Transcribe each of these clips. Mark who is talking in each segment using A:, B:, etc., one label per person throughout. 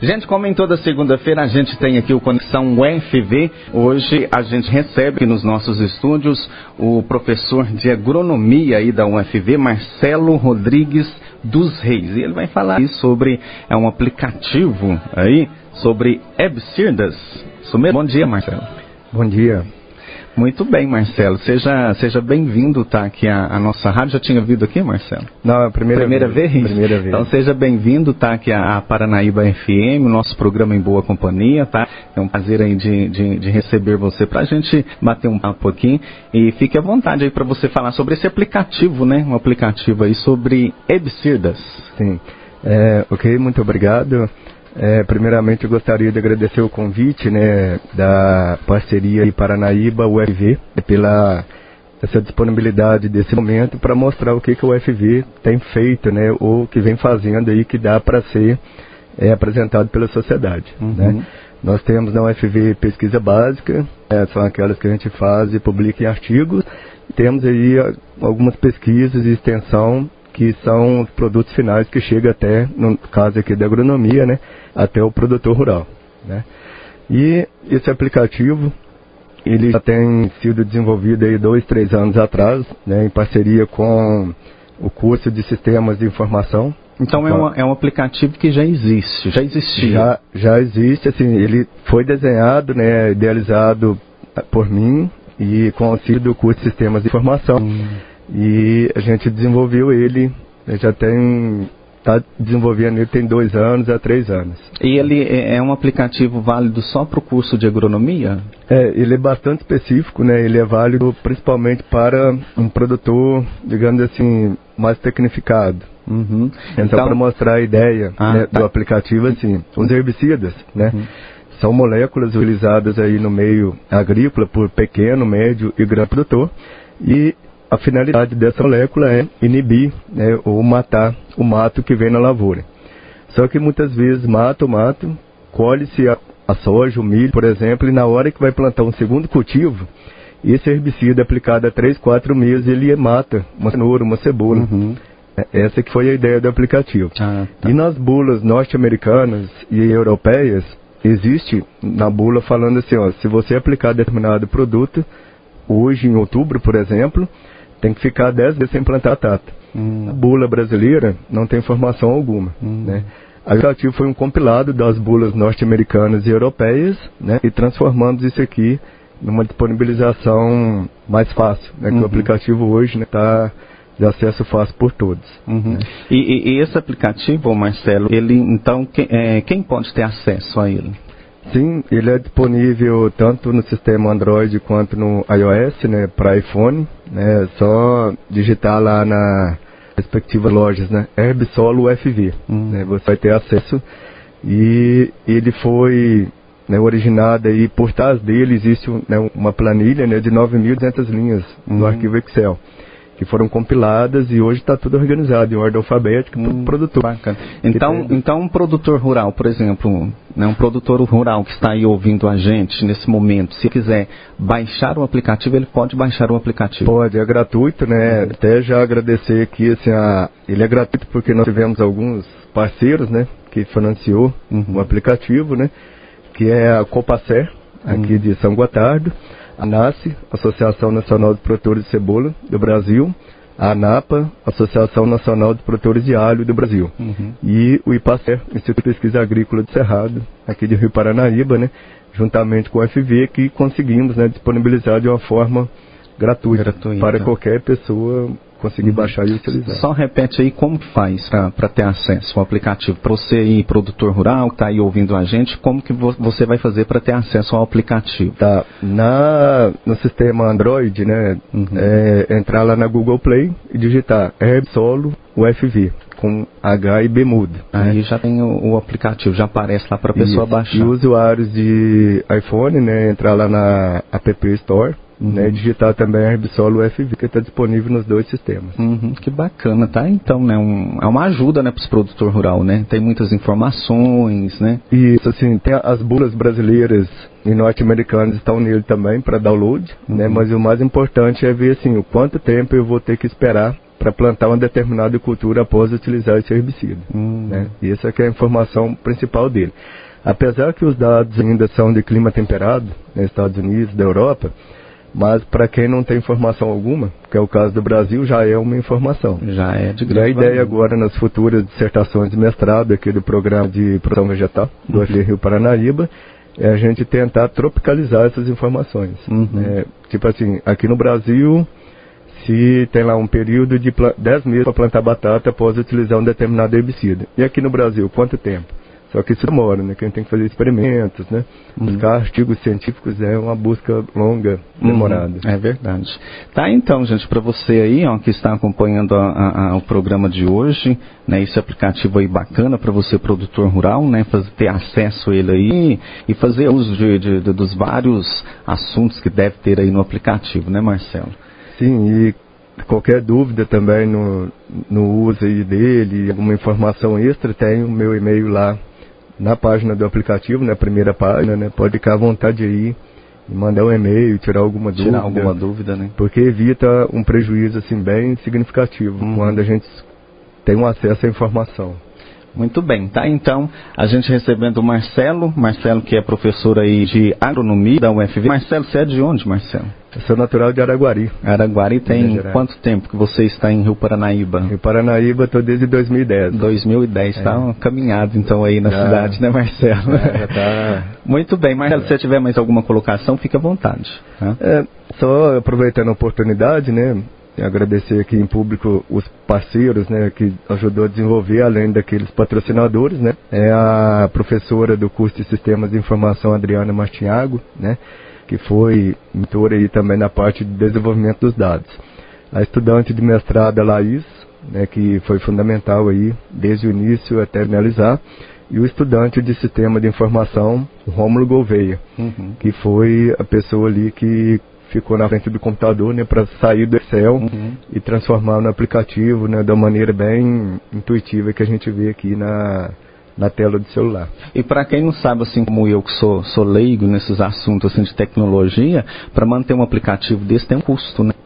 A: Gente, como em toda segunda-feira a gente tem aqui o Conexão UFV, hoje a gente recebe aqui nos nossos estúdios o professor de agronomia aí da UFV, Marcelo Rodrigues dos Reis. E ele vai falar aí sobre um aplicativo aí, sobre Ebsirdas. Bom dia, Marcelo.
B: Bom dia.
A: Muito bem, Marcelo. Seja bem-vindo, tá? Aqui a nossa rádio. Já tinha vindo aqui, Marcelo?
B: Não, primeira vez.
A: Primeira vez. Então seja bem-vindo, tá? Aqui a Paranaíba FM, o nosso programa Em Boa Companhia, tá? É um prazer aí de receber você pra gente bater um papo aqui. E fique à vontade aí para você falar sobre esse aplicativo, né? Um aplicativo aí sobre Ebsirdas.
B: Sim. Ok, muito obrigado. Primeiramente eu gostaria de agradecer o convite, né, da parceria Paranaíba UFV pela essa disponibilidade desse momento para mostrar o que o UFV tem feito, né, ou que vem fazendo aí que dá para ser apresentado pela sociedade. Né? Nós temos na UFV pesquisa básica, são aquelas que a gente faz e publica em artigos. Temos aí algumas pesquisas de extensão que são os produtos finais que chegam até, no caso aqui da agronomia, né, até o produtor rural. Né? E esse aplicativo, ele já tem sido desenvolvido aí 2-3 anos atrás, né, em parceria com o curso de Sistemas de Informação.
A: Então é um aplicativo que já existia.
B: Já existe, assim, ele foi desenhado, né, idealizado por mim e com auxílio do curso de Sistemas de Informação. E a gente desenvolveu ele, está desenvolvendo ele tem 2 anos a 3 anos.
A: E ele é um aplicativo válido só para o curso de agronomia?
B: Ele é bastante específico, né? Ele é válido principalmente para um produtor, digamos assim, mais tecnificado. Então, para mostrar a ideia do aplicativo, assim, os herbicidas, né? São moléculas utilizadas aí no meio agrícola por pequeno, médio e grande produtor. E a finalidade dessa molécula é inibir, né, ou matar o mato que vem na lavoura. Só que muitas vezes mata o mato, colhe-se a soja, o milho, por exemplo, e na hora que vai plantar um segundo cultivo, esse herbicida aplicado a 3-4 meses, ele mata uma cenoura, uma cebola. Essa que foi a ideia do aplicativo. E nas bulas norte-americanas e europeias, existe na bula falando assim, ó, se você aplicar determinado produto, hoje em outubro, por exemplo, tem que ficar 10 meses sem plantar batata. A bula brasileira não tem informação alguma. Né? O aplicativo foi um compilado das bulas norte-americanas e europeias, né? E transformamos isso aqui numa disponibilização mais fácil, né? Que o aplicativo hoje está de acesso fácil por todos. Né?
A: E esse aplicativo, Marcelo, ele então quem pode ter acesso a ele?
B: Sim, ele é disponível tanto no sistema Android quanto no iOS, né, para iPhone, né, é só digitar lá na respectivas lojas, né, Herbsolo UFV, né, você vai ter acesso. E ele foi, né, originado aí, por trás dele existe, né, uma planilha, né, de 9.200 linhas no arquivo Excel, que foram compiladas e hoje está tudo organizado em ordem alfabética para o produtor.
A: Bacana. Então um produtor rural, por exemplo, né, um produtor rural que está aí ouvindo a gente nesse momento, se quiser baixar o aplicativo, ele pode baixar o aplicativo?
B: Pode, é gratuito, né? Até já agradecer aqui, assim, ele é gratuito porque nós tivemos alguns parceiros, né, que financiou o aplicativo, né, que é a Copacer, aqui de São Gotardo, a ANACE, Associação Nacional de Produtores de Cebola do Brasil, a ANAPA, Associação Nacional de Produtores de Alho do Brasil, e o IPACER, Instituto de Pesquisa Agrícola de Cerrado, aqui de Rio Paranaíba, né, juntamente com o UFV, que conseguimos, né, disponibilizar de uma forma gratuita. Para qualquer pessoa conseguir baixar e utilizar.
A: Só repete aí como que faz para ter acesso ao aplicativo. Para você aí, produtor rural, que está aí ouvindo a gente, como que você vai fazer para ter acesso ao aplicativo?
B: Tá, no sistema Android, né, entrar lá na Google Play e digitar Herbsolo UFV, com H e B mudo.
A: Aí já tem o aplicativo, já aparece lá para a pessoa baixar.
B: E usuários de iPhone, né, entrar lá na App Store, né, digitar também Herbsolo UFV, que está disponível nos 2 sistemas.
A: Que bacana, tá? Então, né, é uma ajuda, né, para os produtores rurais, né? Tem muitas informações, né?
B: Isso, assim, tem as bulas brasileiras e norte-americanas estão nele também para download, né? Mas o mais importante é ver, assim, o quanto tempo eu vou ter que esperar para plantar uma determinada cultura após utilizar esse herbicida. Né? E essa é que é a informação principal dele. Apesar que os dados ainda são de clima temperado, nos Estados Unidos, da Europa, mas para quem não tem informação alguma, que é o caso do Brasil, já é uma informação.
A: Já é de
B: grande valor. E a ideia agora nas futuras dissertações de mestrado aqui do programa de produção vegetal do UFV Rio Paranaíba, é a gente tentar tropicalizar essas informações. Tipo assim, aqui no Brasil, se tem lá um período de 10 meses para plantar batata após utilizar um determinado herbicida. E aqui no Brasil, quanto tempo? Só que isso demora, né? Que a gente tem que fazer experimentos, né? Buscar artigos científicos é uma busca longa, demorada.
A: É verdade. Tá, então, gente, para você aí, ó, que está acompanhando o programa de hoje, né? Esse aplicativo aí bacana para você, produtor rural, né? Ter acesso a ele aí e fazer uso dos vários assuntos que deve ter aí no aplicativo, né, Marcelo?
B: Sim, e qualquer dúvida também no uso aí dele, alguma informação extra, tem o meu e-mail lá na página do aplicativo, na primeira página, né? Pode ficar à vontade aí e mandar um e-mail, tirar alguma dúvida,
A: né?
B: Porque evita um prejuízo assim bem significativo quando a gente tem um acesso à informação.
A: Muito bem, tá? Então, a gente recebendo o Marcelo que é professor aí de agronomia da UFV. Marcelo, você é de onde, Marcelo?
B: Eu sou natural de Araguari.
A: Araguari tem quanto tempo que você está em Rio Paranaíba?
B: Rio Paranaíba, estou desde 2010.
A: 2010, tá uma caminhada então aí na cidade, né, Marcelo?
B: Já tá.
A: Muito bem, Marcelo, se você tiver mais alguma colocação, fique à vontade. Tá?
B: Só aproveitando a oportunidade, né? Agradecer aqui em público os parceiros, né, que ajudou a desenvolver, além daqueles patrocinadores, né, é a professora do curso de Sistemas de Informação, Adriana Martinhago, né, que foi mentora aí também na parte de desenvolvimento dos dados. A estudante de mestrado, a Laís, né, que foi fundamental aí, desde o início até finalizar, e o estudante de Sistema de Informação, o Rômulo Gouveia, que foi a pessoa ali que ficou na frente do computador, né, para sair do Excel e transformar no aplicativo, né, da maneira bem intuitiva que a gente vê aqui na tela do celular.
A: E para quem não sabe, assim como eu, que sou leigo nesses assuntos assim, de tecnologia, para manter um aplicativo desse tem um custo, né?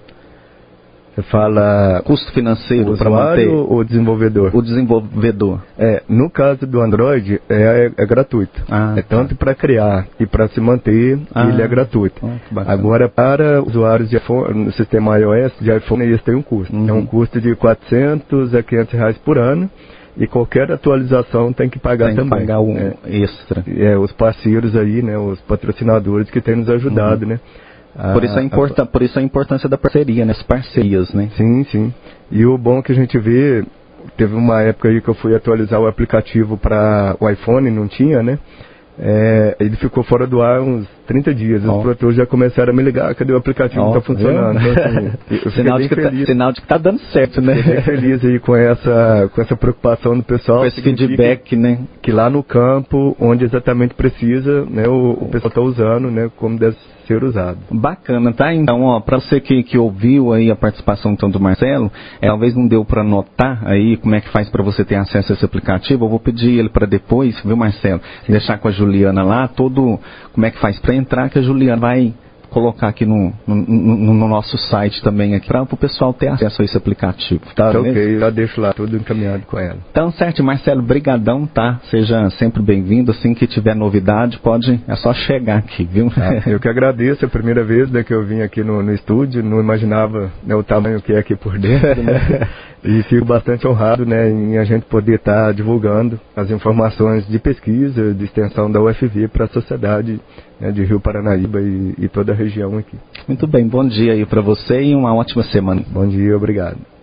B: Você fala
A: custo financeiro
B: para manter ou desenvolvedor?
A: O desenvolvedor.
B: No caso do Android é gratuito. Tanto para criar e para se manter, ele é gratuito. Agora para usuários de iPhone, no sistema iOS de iPhone, esse tem um custo. É um custo de R$400 a R$500 por ano. E qualquer atualização tem que pagar também.
A: Tem que pagar um extra.
B: Os parceiros aí, né, os patrocinadores que têm nos ajudado, né?
A: Por isso a importância da parceria, né? As parcerias, né?
B: Sim. E o bom que a gente vê, teve uma época aí que eu fui atualizar o aplicativo para o iPhone, não tinha, né? Ele ficou fora do ar uns 30 dias. Os produtores já começaram a me ligar, cadê o aplicativo? Não está funcionando. Então, assim, eu
A: sinal de que tá dando certo, né?
B: Fiquei feliz aí com essa preocupação do pessoal.
A: Com esse feedback, né?
B: Que lá no campo, onde exatamente precisa, né, o pessoal está usando, né, como deve ser usado.
A: Bacana, tá? Então, ó, para você que ouviu aí a participação então do Marcelo, talvez não deu para anotar aí como é que faz para você ter acesso a esse aplicativo. Eu vou pedir ele para depois, viu, Marcelo? Deixar com a Juliana lá como é que faz para entrar, que a Juliana vai colocar aqui no nosso site também aqui para o pessoal ter acesso a esse aplicativo.
B: Tá, ok, já deixo lá tudo encaminhado com ela.
A: Então, certo, Marcelo, brigadão, tá? Seja sempre bem-vindo, assim que tiver novidade, é só chegar aqui, viu?
B: Eu que agradeço, é a primeira vez, né, que eu vim aqui no estúdio, não imaginava, né, o tamanho que é aqui por dentro, né? E fico bastante honrado, né, em a gente poder estar divulgando as informações de pesquisa, de extensão da UFV para a sociedade, né, de Rio Paranaíba e toda a região aqui.
A: Muito bem, bom dia aí para você e uma ótima semana.
B: Bom dia, obrigado.